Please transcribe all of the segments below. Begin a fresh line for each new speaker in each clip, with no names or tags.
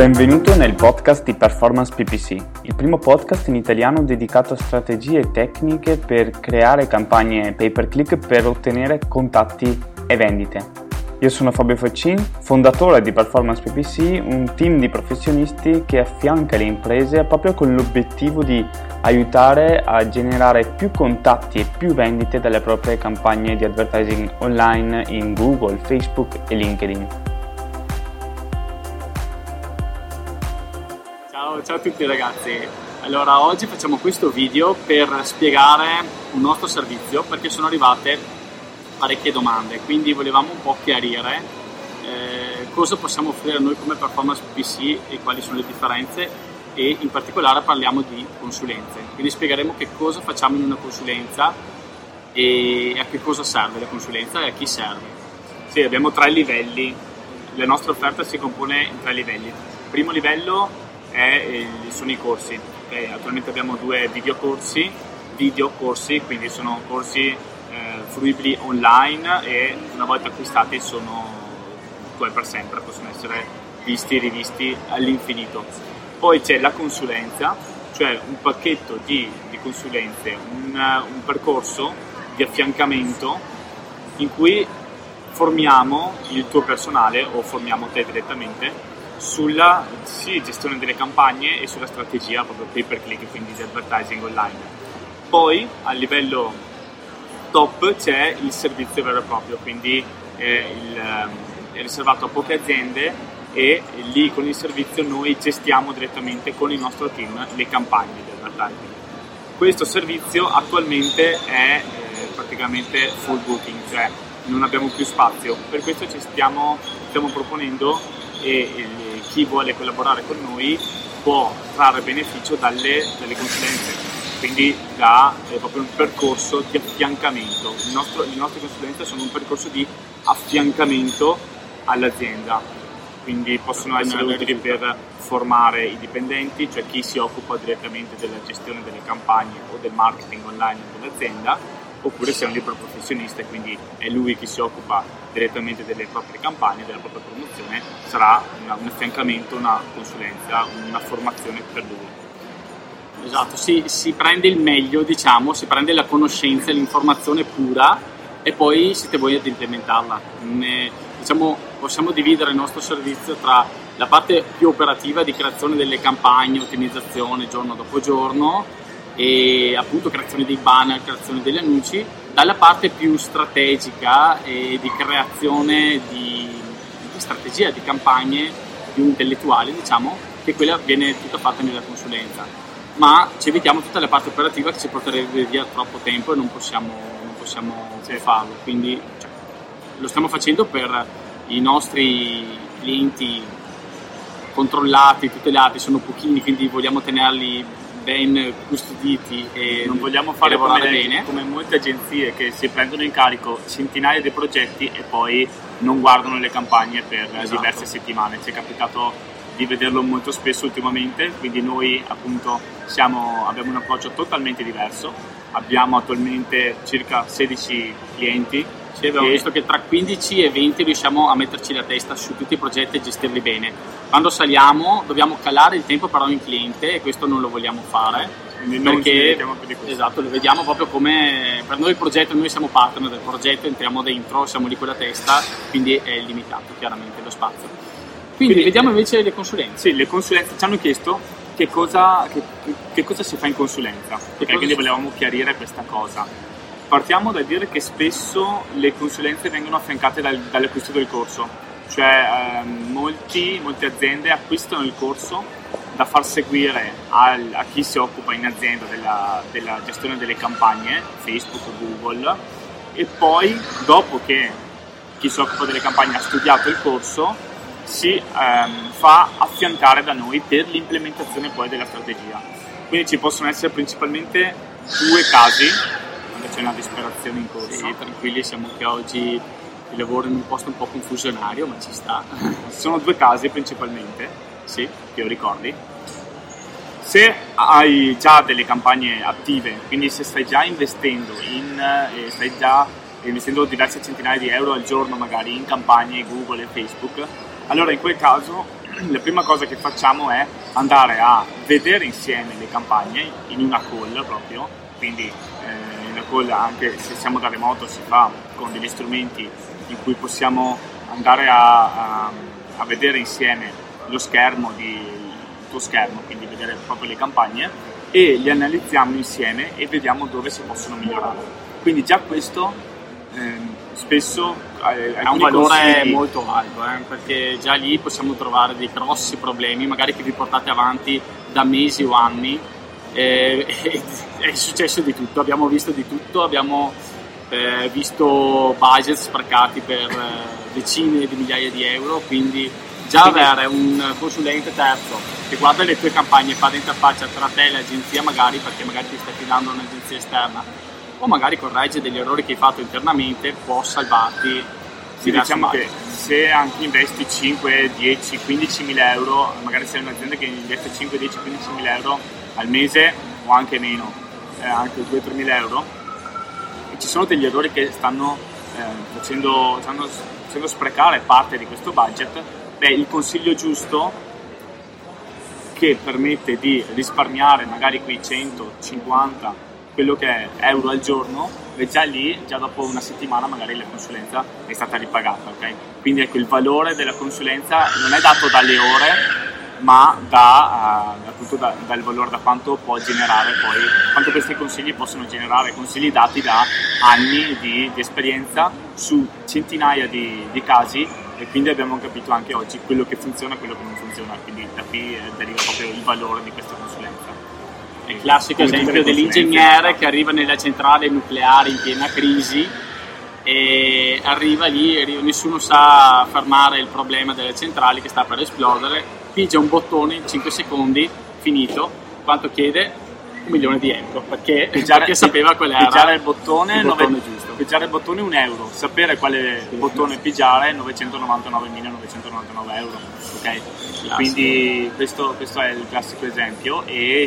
Benvenuto nel podcast di Performance PPC, il primo podcast in italiano dedicato a strategie e tecniche per creare campagne pay-per-click per ottenere contatti e vendite. Io sono Fabio Faccin, fondatore di Performance PPC, un team di professionisti che affianca le imprese proprio con l'obiettivo di aiutare a generare più contatti e più vendite dalle proprie campagne di advertising online in Google, Facebook e LinkedIn.
Ciao a tutti ragazzi, allora oggi facciamo questo video per spiegare un nostro servizio perché sono arrivate parecchie domande, quindi volevamo un po' chiarire cosa possiamo offrire noi come Performance PPC e quali sono le differenze, e in particolare parliamo di consulenze, quindi spiegheremo che cosa facciamo in una consulenza e a che cosa serve la consulenza e a chi serve.
Sì, abbiamo 3 livelli, la nostra offerta si compone in 3 livelli. Il primo livello sono i corsi. Attualmente abbiamo 2 videocorsi, quindi sono corsi fruibili online e una volta acquistati sono tuoi per sempre, possono essere visti e rivisti all'infinito. Poi c'è la consulenza, cioè un pacchetto di consulenze, un percorso di affiancamento in cui formiamo il tuo personale o formiamo te direttamente sulla gestione delle campagne e sulla strategia proprio pay per click, quindi di advertising online. Poi a livello top c'è il servizio vero e proprio, quindi è riservato a poche aziende e lì con il servizio noi gestiamo direttamente con il nostro team le campagne di advertising. Questo servizio attualmente è praticamente full booking, cioè non abbiamo più spazio, per questo ci stiamo proponendo e chi vuole collaborare con noi può trarre beneficio dalle consulenze, quindi da proprio un percorso di affiancamento. Le nostre consulenze sono un percorso di affiancamento all'azienda, quindi possono essere utili per formare i dipendenti, cioè chi si occupa direttamente della gestione delle campagne o del marketing online dell'azienda, oppure se è un libero professionista e quindi è lui che si occupa direttamente delle proprie campagne, della propria promozione, sarà un affiancamento, una consulenza, una formazione per lui.
Esatto, si prende il meglio, diciamo, si prende la conoscenza e l'informazione pura e poi siete voi ad implementarla. Possiamo dividere il nostro servizio tra la parte più operativa di creazione delle campagne, ottimizzazione giorno dopo giorno e appunto creazione dei banner, creazione degli annunci, dalla parte più strategica e di creazione di strategia, di campagne più intellettuali, diciamo, che quella viene tutta fatta nella consulenza, ma ci evitiamo tutta la parte operativa che ci porterebbe via troppo tempo e non possiamo farlo, quindi lo stiamo facendo per i nostri clienti controllati, tutelati, sono pochini, quindi vogliamo tenerli ben custoditi e
non vogliamo fare
bene
come molte agenzie che si prendono in carico centinaia di progetti e poi non guardano le campagne per diverse settimane. Ci è capitato di vederlo molto spesso ultimamente, quindi noi appunto abbiamo un approccio totalmente diverso. Abbiamo attualmente circa 16 clienti.
Sì, abbiamo visto che tra 15 e 20 riusciamo a metterci la testa su tutti i progetti e gestirli bene. Quando saliamo dobbiamo calare il tempo per ogni cliente e questo non lo vogliamo fare, perché esatto, lo vediamo proprio come per noi il progetto, noi siamo partner del progetto, entriamo dentro, siamo lì con la testa, quindi è limitato chiaramente lo spazio. Quindi vediamo invece le consulenze.
Sì, le consulenze ci hanno chiesto che cosa si fa in consulenza, quindi volevamo chiarire questa cosa. Partiamo da dire che spesso le consulenze vengono affiancate dall'acquisto del corso, cioè molte aziende acquistano il corso da far seguire a chi si occupa in azienda della gestione delle campagne, Facebook, Google, e poi dopo che chi si occupa delle campagne ha studiato il corso si fa affiancare da noi per l'implementazione poi della strategia. Quindi ci possono essere principalmente 2 casi. C'è una disperazione in corso.
Sì, tranquilli, siamo che oggi il lavoro in un posto un po' confusionario, ma ci sta.
Sono 2 casi principalmente, sì, che io ricordi. Se hai già delle campagne attive, quindi se stai già investendo investendo diverse centinaia di euro al giorno magari in campagne Google e Facebook, allora in quel caso la prima cosa che facciamo è andare a vedere insieme le campagne in una call proprio, quindi una call, anche se siamo da remoto, si fa con degli strumenti in cui possiamo andare a vedere insieme lo schermo il tuo schermo, quindi vedere proprio le campagne, e li analizziamo insieme e vediamo dove si possono migliorare. Quindi già questo spesso
ha un valore molto alto, perché già lì possiamo trovare dei grossi problemi, magari che vi portate avanti da mesi o anni. È successo di tutto, abbiamo visto di tutto, abbiamo visto budget sprecati per decine di migliaia di euro, quindi già avere un consulente terzo che guarda le tue campagne e fa l'interfaccia tra te e l'agenzia, magari perché magari ti stai fidando a un'agenzia esterna, o magari corregge degli errori che hai fatto internamente, può salvarti.
Sì, diciamo che se anche investi 5, 10, 15 mila euro, magari sei un'azienda che investe 5, 10, 15 mila euro al mese o anche meno, anche 2-3 mila euro, e ci sono degli errori che stanno facendo sprecare parte di questo budget. Il consiglio giusto, che permette di risparmiare magari quei 150, quello che è euro al giorno, e già lì, già dopo una settimana magari la consulenza è stata ripagata, ok? Quindi ecco, il valore della consulenza non è dato dalle ore, ma dal valore, da quanto può generare poi, quanto questi consigli possono generare, consigli dati da anni di esperienza su centinaia di casi, e quindi abbiamo capito anche oggi quello che funziona e quello che non funziona, quindi da qui deriva proprio il valore di questa consulenza.
Il classico esempio dell'ingegnere che arriva nella centrale nucleare in piena crisi e arriva lì, nessuno sa fermare il problema delle centrali che sta per esplodere, pigia un bottone in 5 secondi, finito. Quanto chiede? 1 milione di euro, perché sapeva qual era
pigiare il bottone
giusto.
Pigiare il bottone €1, sapere quale bottone pigiare 999.999 euro, ok?
Classico.
Quindi questo è il classico esempio, e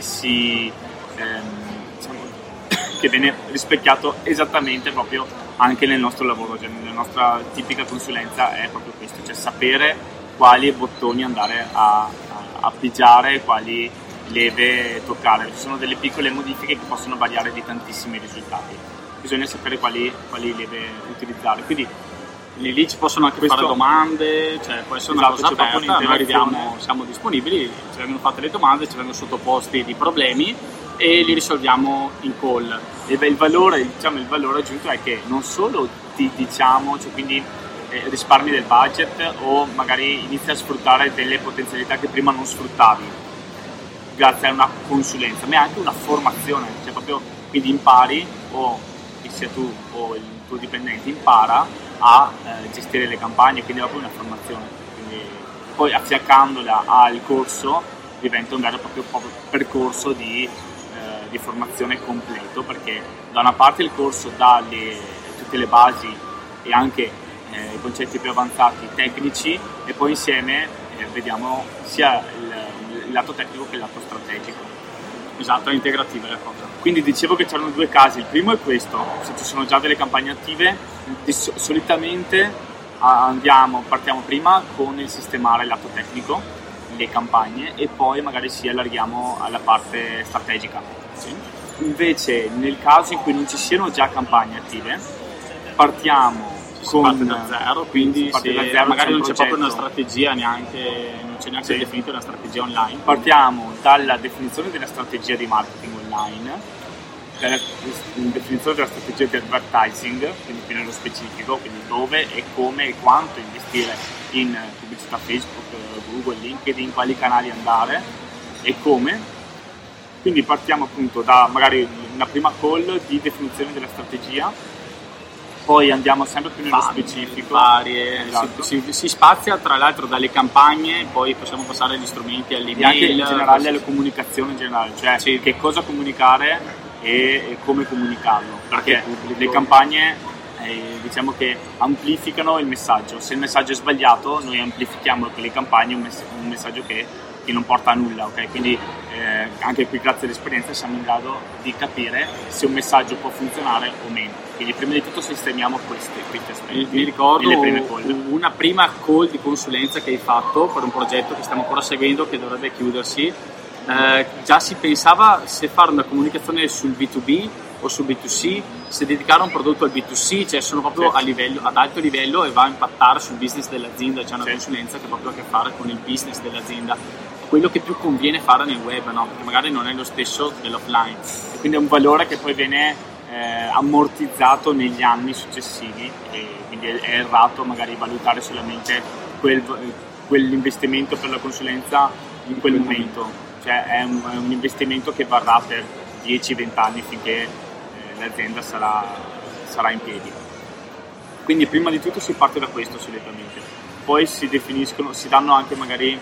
diciamo che viene rispecchiato esattamente proprio anche nel nostro lavoro, cioè nella nostra tipica consulenza è proprio questo, cioè sapere quali bottoni andare a pigiare, quali leve toccare. Ci sono delle piccole modifiche che possono variare di tantissimi risultati, bisogna sapere quali leve utilizzare. Quindi
lì ci possono anche fare domande, cioè può essere una cosa aperta, noi siamo disponibili, ci vengono fatte le domande, ci vengono sottoposti di problemi e li risolviamo in call.
E il valore aggiunto è che non solo ti diciamo, cioè quindi risparmi del budget, o magari inizi a sfruttare delle potenzialità che prima non sfruttavi grazie a una consulenza, ma è anche una formazione, cioè proprio quindi impari, o che sia tu o il tuo dipendente impara a gestire le campagne, quindi è proprio una formazione. Quindi, poi affiancandola al corso diventa un vero e proprio percorso di formazione completo, perché da una parte il corso dà tutte le basi e anche i concetti più avanzati tecnici, e poi insieme vediamo sia il lato tecnico che il lato strategico.
Esatto, è integrativa la cosa.
Quindi dicevo che c'erano 2 casi, il primo è questo: se ci sono già delle campagne attive, solitamente partiamo prima con il sistemare il lato tecnico, le campagne, e poi magari ci allarghiamo alla parte strategica.
Sì.
Invece nel caso in cui non ci siano già campagne attive, partiamo
da zero, quindi magari non c'è proprio una strategia, non c'è neanche definita una strategia online.
Partiamo dalla definizione della strategia di marketing online, dalla definizione della strategia di advertising, quindi più nello specifico, quindi dove e come e quanto investire in pubblicità Facebook, Google, LinkedIn, quali canali andare e come. Quindi partiamo appunto da magari una prima call di definizione della strategia, poi andiamo sempre più nello specifico.
Esatto. Si spazia tra l'altro dalle campagne, poi possiamo passare agli strumenti, all'email.
E anche in generale alle comunicazioni in generale, cioè che cosa comunicare e come comunicarlo. Perché le campagne diciamo che amplificano il messaggio. Se il messaggio è sbagliato, noi amplifichiamo con le campagne un messaggio che che non porta a nulla, ok? Quindi anche qui grazie all'esperienza siamo in grado di capire se un messaggio può funzionare o meno. Quindi prima di tutto sistemiamo questi aspetti.
Mi ricordo
nelle prime call.
una prima call di consulenza che hai fatto per un progetto che stiamo ancora seguendo, che dovrebbe chiudersi. Già si pensava se fare una comunicazione sul B2B o sul B2C, se dedicare un prodotto al B2C, cioè sono proprio ad alto livello e va a impattare sul business dell'azienda. C'è una consulenza che ha proprio a che fare con il business dell'azienda, quello che più conviene fare nel web, no? Perché magari non è lo stesso dell'offline,
e quindi è un valore che poi viene ammortizzato negli anni successivi, e quindi è errato magari valutare solamente quell'investimento per la consulenza in quel momento, cioè è un investimento che varrà per 10-20 anni finché l'azienda sarà in piedi. Quindi prima di tutto si parte da questo solitamente, poi si danno anche magari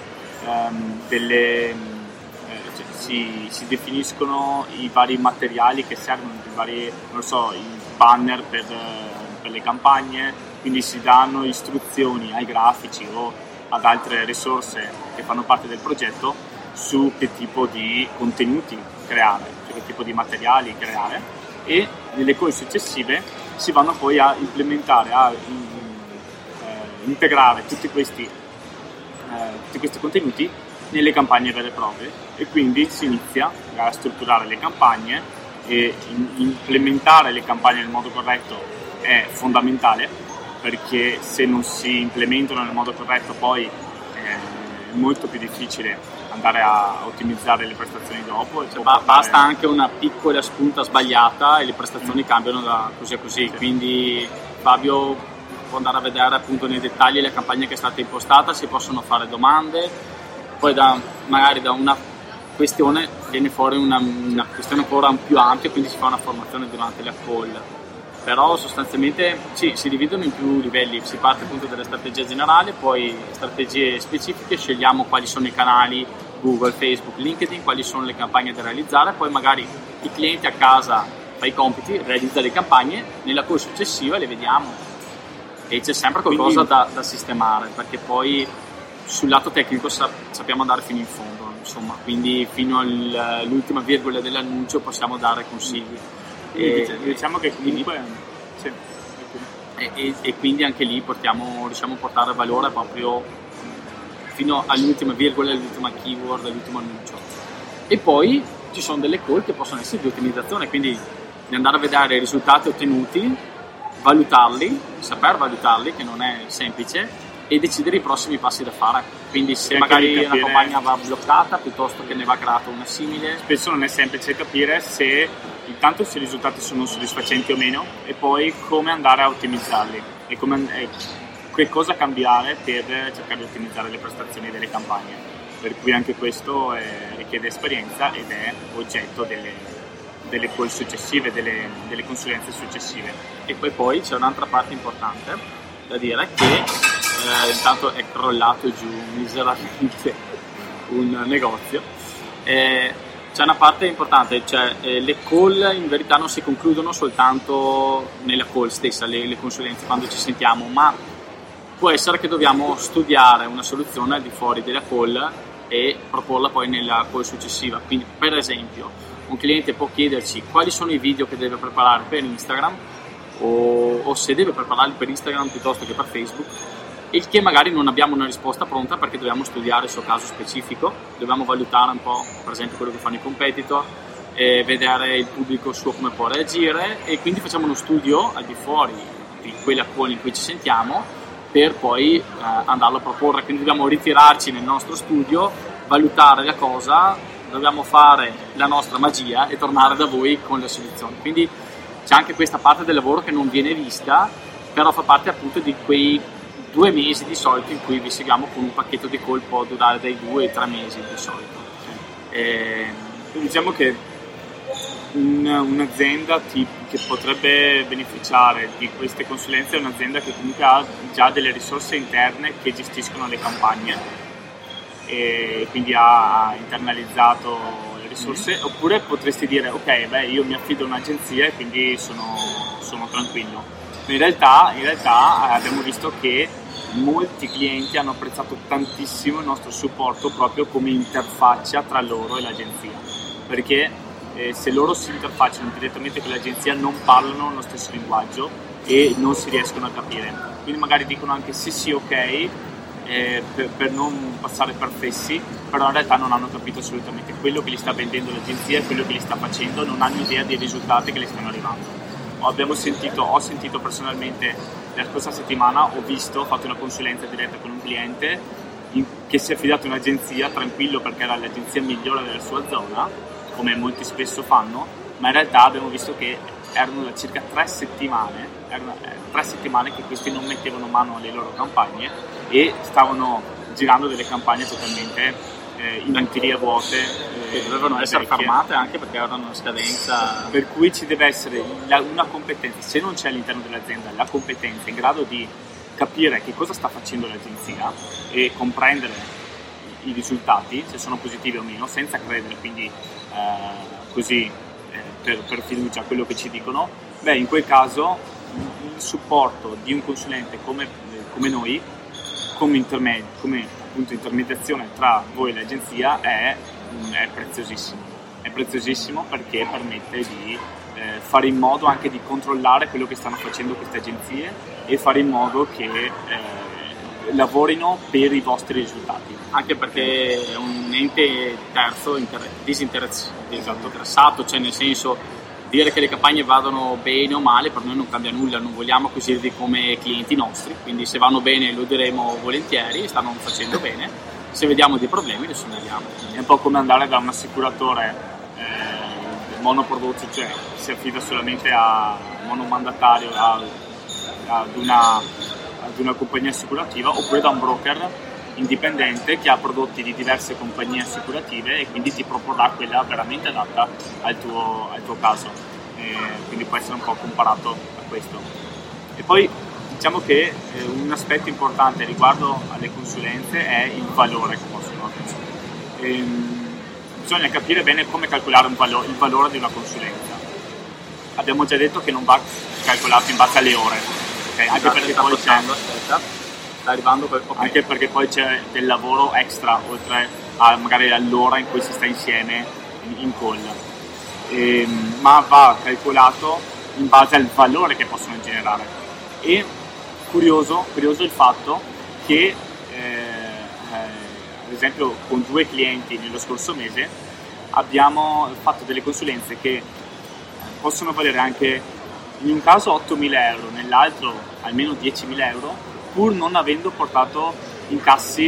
si definiscono i vari materiali che servono, i banner per le campagne, quindi si danno istruzioni ai grafici o ad altre risorse che fanno parte del progetto su che tipo di contenuti creare, cioè che tipo di materiali creare, e nelle call successive si vanno poi a implementare, integrare tutti questi contenuti nelle campagne vere e proprie, e quindi si inizia a strutturare le campagne, e implementare le campagne nel modo corretto è fondamentale, perché se non si implementano nel modo corretto poi è molto più difficile andare a ottimizzare le prestazioni dopo.
Basta anche una piccola spunta sbagliata e le prestazioni cambiano da così a così, quindi Fabio può andare a vedere appunto nei dettagli la campagna che è stata impostata, si possono fare domande, poi magari da una questione viene fuori una questione ancora più ampia, quindi si fa una formazione durante la call. Però sostanzialmente si dividono in più livelli, si parte appunto dalle strategie generali, poi strategie specifiche, scegliamo quali sono i canali Google, Facebook, LinkedIn, quali sono le campagne da realizzare, poi magari il cliente a casa fa i compiti, realizza le campagne, nella call successiva le vediamo e c'è sempre qualcosa da sistemare, perché poi sul lato tecnico sappiamo andare fino in fondo, insomma, quindi fino all'ultima virgola dell'annuncio possiamo dare consigli.
Diciamo che comunque
e quindi anche lì riusciamo a portare valore proprio fino all'ultima virgola, all'ultima keyword, all'ultimo annuncio. E poi ci sono delle call che possono essere di ottimizzazione, quindi di andare a vedere i risultati ottenuti, valutarli, saper valutarli, che non è semplice, e decidere i prossimi passi da fare. Quindi se magari una campagna va bloccata piuttosto che ne va creata una simile.
Spesso non è semplice capire se intanto se i risultati sono soddisfacenti o meno, e poi come andare a ottimizzarli e che cosa cambiare per cercare di ottimizzare le prestazioni delle campagne. Per cui anche questo richiede esperienza ed è oggetto delle call successive, delle consulenze successive.
E poi c'è un'altra parte importante da dire, che intanto è crollato giù miseramente un negozio. C'è una parte importante, cioè le call in verità non si concludono soltanto nella call stessa, le consulenze quando ci sentiamo, ma può essere che dobbiamo studiare una soluzione al di fuori della call e proporla poi nella call successiva. Quindi per esempio un cliente può chiederci quali sono i video che deve preparare per Instagram, o se deve prepararli per Instagram piuttosto che per Facebook, il che magari non abbiamo una risposta pronta perché dobbiamo studiare il suo caso specifico, dobbiamo valutare un po' per esempio quello che fanno i competitor, vedere il pubblico suo come può reagire, e quindi facciamo uno studio al di fuori di quella call in cui ci sentiamo per poi andarlo a proporre. Quindi dobbiamo ritirarci nel nostro studio, valutare la cosa, dobbiamo fare la nostra magia e tornare da voi con le soluzioni. Quindi c'è anche questa parte del lavoro che non viene vista, però fa parte appunto di quei 2 mesi di solito in cui vi seguiamo con un pacchetto di call, può durare dai 2 ai 3 mesi di solito.
Diciamo che un'azienda che potrebbe beneficiare di queste consulenze è un'azienda che comunque ha già delle risorse interne che gestiscono le campagne e quindi ha internalizzato le risorse, oppure potresti dire ok, io mi affido a un'agenzia e quindi sono tranquillo. In realtà abbiamo visto che molti clienti hanno apprezzato tantissimo il nostro supporto proprio come interfaccia tra loro e l'agenzia, perché se loro si interfacciano direttamente con l'agenzia non parlano lo stesso linguaggio e non si riescono a capire, quindi magari dicono anche sì ok per non passare per fessi, però in realtà non hanno capito assolutamente quello che gli sta vendendo l'agenzia e quello che gli sta facendo, non hanno idea dei risultati che gli stanno arrivando. Ho sentito personalmente la scorsa settimana, ho fatto una consulenza diretta con un cliente che si è affidato a un'agenzia tranquillo perché era l'agenzia migliore della sua zona, come molti spesso fanno, ma in realtà abbiamo visto che erano da circa 3 settimane che questi non mettevano mano alle loro campagne e stavano girando delle campagne totalmente inutili e vuote,
che dovevano essere fermate anche perché avevano una scadenza.
Per cui ci deve essere una competenza, se non c'è all'interno dell'azienda la competenza in grado di capire che cosa sta facendo l'agenzia e comprendere i risultati, se sono positivi o meno, senza credere quindi così per fiducia a quello che ci dicono, in quel caso il supporto di un consulente come noi, come appunto intermediazione tra voi e l'agenzia è preziosissimo perché permette di fare in modo anche di controllare quello che stanno facendo queste agenzie e fare in modo che lavorino per i vostri risultati.
Anche perché è un ente terzo disinteressato, cioè nel senso dire che le campagne vadano bene o male per noi non cambia nulla, non vogliamo acquisirli come clienti nostri, quindi se vanno bene lo diremo volentieri, stanno facendo bene, se vediamo dei problemi li segnaliamo.
È un po' come andare da un assicuratore monoprodotto, cioè si affida solamente a monomandatario ad una compagnia assicurativa, oppure da un broker indipendente che ha prodotti di diverse compagnie assicurative e quindi ti proporrà quella veramente adatta al tuo caso, quindi può essere un po' comparato a questo. E poi diciamo che un aspetto importante riguardo alle consulenze è il valore che possono avere. Bisogna capire bene come calcolare il valore di una consulenza. Abbiamo già detto che non va calcolato in base alle ore, okay? Anche perché poi anche perché poi c'è del lavoro extra oltre a magari all'ora in cui si sta insieme in call, ma va calcolato in base al valore che possono generare. E curioso il fatto che ad esempio con 2 clienti nello scorso mese abbiamo fatto delle consulenze che possono valere anche in un caso 8.000 euro, nell'altro almeno 10.000 euro, pur non avendo portato incassi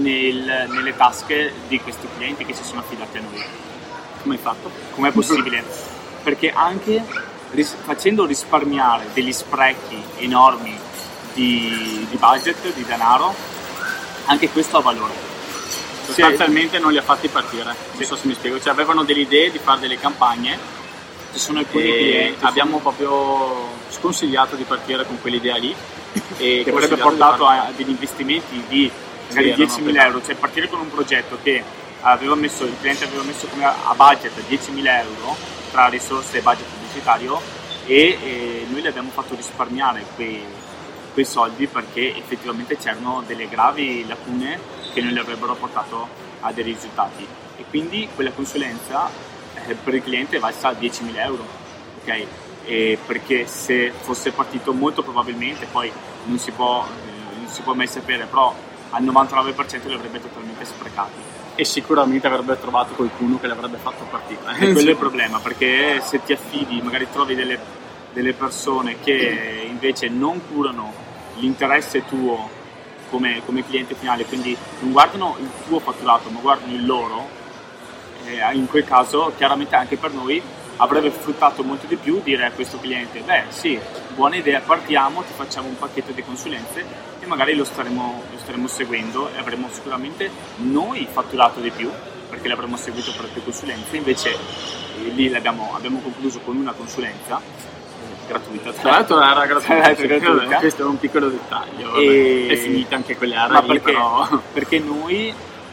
nelle tasche di questi clienti che si sono affidati a noi. Come hai fatto? Com'è possibile? Perché anche facendo risparmiare degli sprechi enormi di budget, di denaro, anche questo ha valore.
Sostanzialmente non li ha fatti partire, non so se mi spiego, cioè avevano delle idee di fare delle campagne,
ci sono alcuni clienti,
abbiamo proprio sconsigliato di partire con quell'idea lì,
che avrebbe portato a degli investimenti di magari 10.000 euro, cioè partire con un progetto che il cliente aveva messo come a budget 10.000 euro tra risorse e budget pubblicitario e noi le abbiamo fatto risparmiare quei soldi perché effettivamente c'erano delle gravi lacune che non le avrebbero portato a dei risultati, e quindi quella consulenza per il è valsa 10.000 euro, ok? Perché se fosse partito molto probabilmente, poi non si può mai sapere, però al 99% li avrebbe totalmente sprecati.
E sicuramente avrebbe trovato qualcuno che l'avrebbe fatto partire.
E quello è il problema, perché se ti affidi, magari trovi delle persone che invece non curano l'interesse tuo come cliente finale, quindi non guardano il tuo fatturato ma guardano il loro, in quel caso chiaramente anche per noi avrebbe fruttato molto di più dire a questo cliente: beh sì, buona idea, partiamo, ti facciamo un pacchetto di consulenze e magari lo staremo seguendo e avremo sicuramente noi fatturato di più perché l'avremmo seguito per più consulenze. Invece lì abbiamo concluso con una consulenza gratuita,
tra l'altro era gratuita. Questo è un piccolo dettaglio, è finita anche quell'area lì, però
perché noi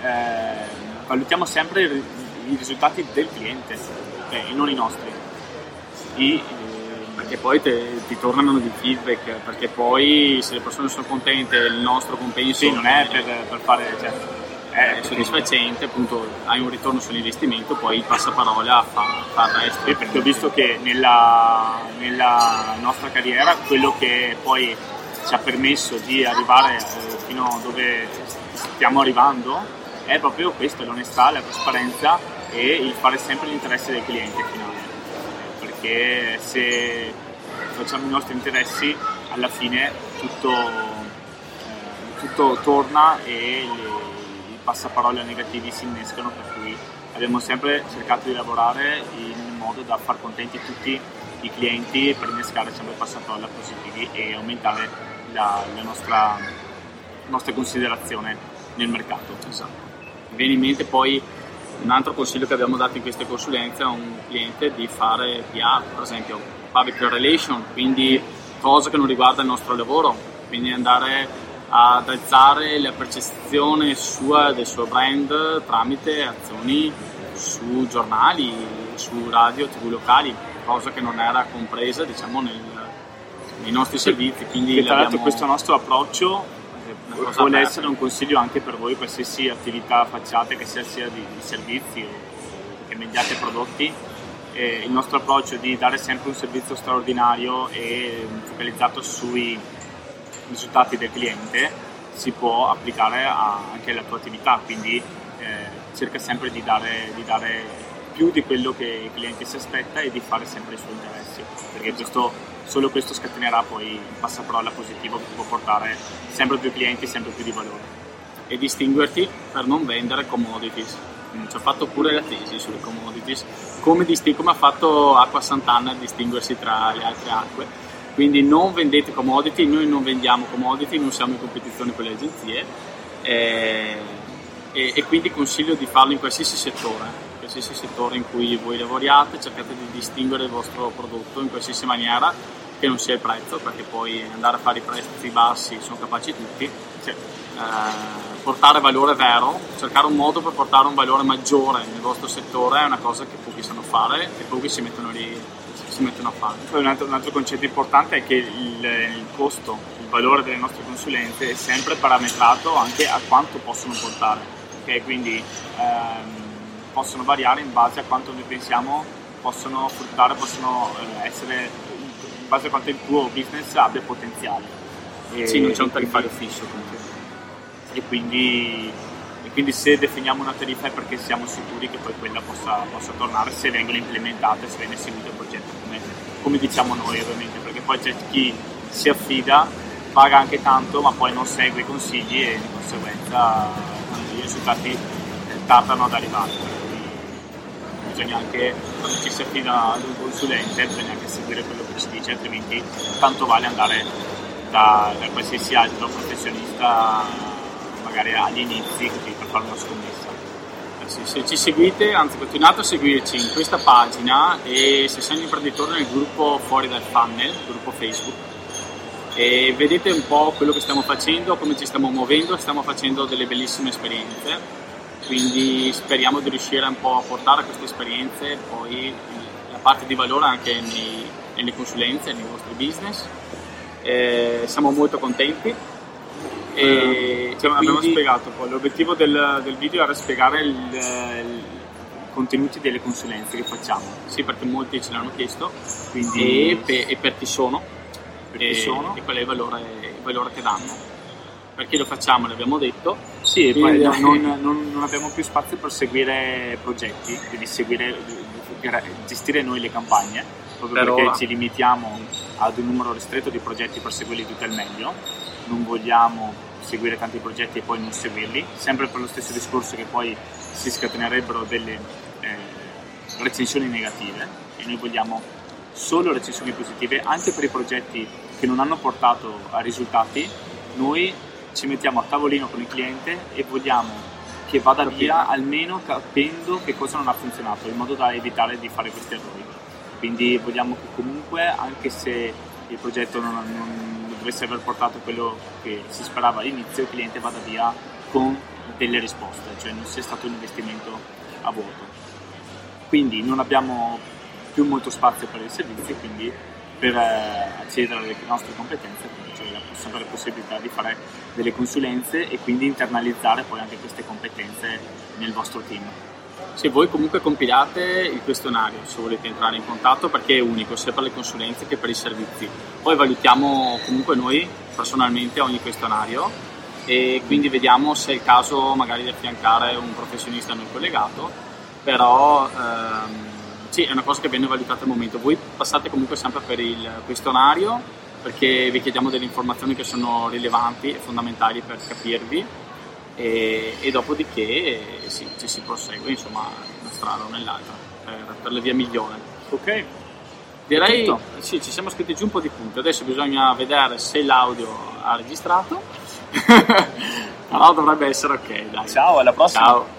valutiamo sempre i risultati del cliente, e non i nostri.
perché poi ti tornano di feedback, perché poi se le persone sono contente il nostro compenso
sì, non è per fare, cioè,
è soddisfacente, appunto hai un ritorno sull'investimento, poi il passaparola fa il resto.
Sì, perché ho visto che nella nostra carriera quello che poi ci ha permesso di arrivare fino a dove stiamo arrivando è proprio questo, l'onestà, la trasparenza e il fare sempre l'interesse del cliente finale, perché se facciamo i nostri interessi alla fine tutto torna e i passaparola negativi si innescano, per cui abbiamo sempre cercato di lavorare in modo da far contenti tutti i clienti per innescare sempre passaparola positivi e aumentare la nostra considerazione nel mercato.
Esatto. Mi viene in mente poi un altro consiglio che abbiamo dato in queste consulenze a un cliente di fare PR, per esempio public relation, quindi cose che non riguarda il nostro lavoro, quindi andare ad alzare la percezione sua del suo brand tramite azioni su giornali, su radio, tv locali, cosa che non era compresa, diciamo, nei nostri servizi. Quindi
tra l'altro questo nostro approccio vuole essere un consiglio anche per voi, qualsiasi attività facciate, che sia di servizi o che vendiate prodotti. Il nostro approccio di dare sempre un servizio straordinario e focalizzato sui risultati del cliente si può applicare anche alla tua attività, quindi cerca sempre di dare più di quello che il cliente si aspetta e di fare sempre i suoi interessi, perché solo questo scatenerà poi il passaparola positivo che può portare sempre più clienti, sempre più di valore.
E distinguerti per non vendere commodities. Ci ho fatto pure la tesi sulle commodities, come ha fatto Acqua Sant'Anna a distinguersi tra le altre acque. Quindi non vendete commodity, noi non vendiamo commodity, non siamo in competizione con le agenzie e quindi consiglio di farlo in qualsiasi settore in cui voi lavoriate, cercate di distinguere il vostro prodotto in qualsiasi maniera, che non sia il prezzo, perché poi andare a fare i prezzi bassi sono capaci tutti, portare valore vero, cercare un modo per portare un valore maggiore nel vostro settore è una cosa che pochi sanno fare e pochi si mettono a fare.
Poi un altro concetto importante è che il costo, il valore delle nostre consulenze è sempre parametrato anche a quanto possono portare, okay? Quindi possono variare in base a quanto noi pensiamo possono fruttare, possono essere in base a quanto il tuo business abbia potenziale.
Sì, non c'è un tariffario fisso comunque.
E quindi se definiamo una tariffa è perché siamo sicuri che poi quella possa tornare se vengono implementate, se viene seguito il progetto come diciamo noi, ovviamente, perché poi c'è chi si affida, paga anche tanto ma poi non segue i consigli e di conseguenza i risultati tardano ad arrivare. Bisogna anche, quando ci si affida ad un consulente, bisogna anche seguire quello che ci dice, altrimenti tanto vale andare da qualsiasi altro professionista magari agli inizi, così, per fare una scommessa.
Se ci seguite, anzi continuate a seguirci in questa pagina, e se sei un imprenditore nel gruppo Fuori dal Funnel, gruppo Facebook, e vedete un po' quello che stiamo facendo, come ci stiamo muovendo, stiamo facendo delle bellissime esperienze, quindi speriamo di riuscire un po' a portare queste esperienze poi la parte di valore anche nelle consulenze, nei vostri business. Siamo molto contenti.
Abbiamo spiegato poi l'obiettivo del video era spiegare i contenuti delle consulenze che facciamo.
Sì, perché molti ce l'hanno chiesto,
quindi
e per chi sono,
e
qual è il valore che danno, perché lo facciamo, l'abbiamo detto.
Sì, e poi non abbiamo più spazio per seguire progetti, quindi gestire noi le campagne, proprio perché ci limitiamo ad un numero ristretto di progetti per seguirli tutti al meglio. Non vogliamo seguire tanti progetti e poi non seguirli, sempre per lo stesso discorso che poi si scatenerebbero delle recensioni negative, e noi vogliamo solo recensioni positive anche per i progetti che non hanno portato a risultati. Noi ci mettiamo a tavolino con il cliente e vogliamo che vada via almeno capendo che cosa non ha funzionato, in modo da evitare di fare questi errori. Quindi vogliamo che comunque, anche se il progetto non dovesse aver portato quello che si sperava all'inizio, il cliente vada via con delle risposte, cioè non sia stato un investimento a vuoto. Quindi non abbiamo più molto spazio per i servizi, quindi per accedere alle nostre competenze, c'è sempre la possibilità di fare delle consulenze e quindi internalizzare poi anche queste competenze nel vostro team.
Se voi comunque compilate il questionario, se volete entrare in contatto, perché è unico sia per le consulenze che per i servizi. Poi valutiamo comunque noi personalmente ogni questionario e quindi vediamo se è il caso magari di affiancare un professionista a noi collegato, però sì, è una cosa che viene valutata al momento. Voi passate comunque sempre per il questionario perché vi chiediamo delle informazioni che sono rilevanti e fondamentali per capirvi e dopodiché sì, ci si prosegue insomma in una strada o nell'altra per le vie migliori.
Ok,
direi sì, ci siamo scritti giù un po' di punti, adesso bisogna vedere se l'audio ha registrato però dovrebbe essere ok, dai.
Ciao, alla prossima.
Ciao.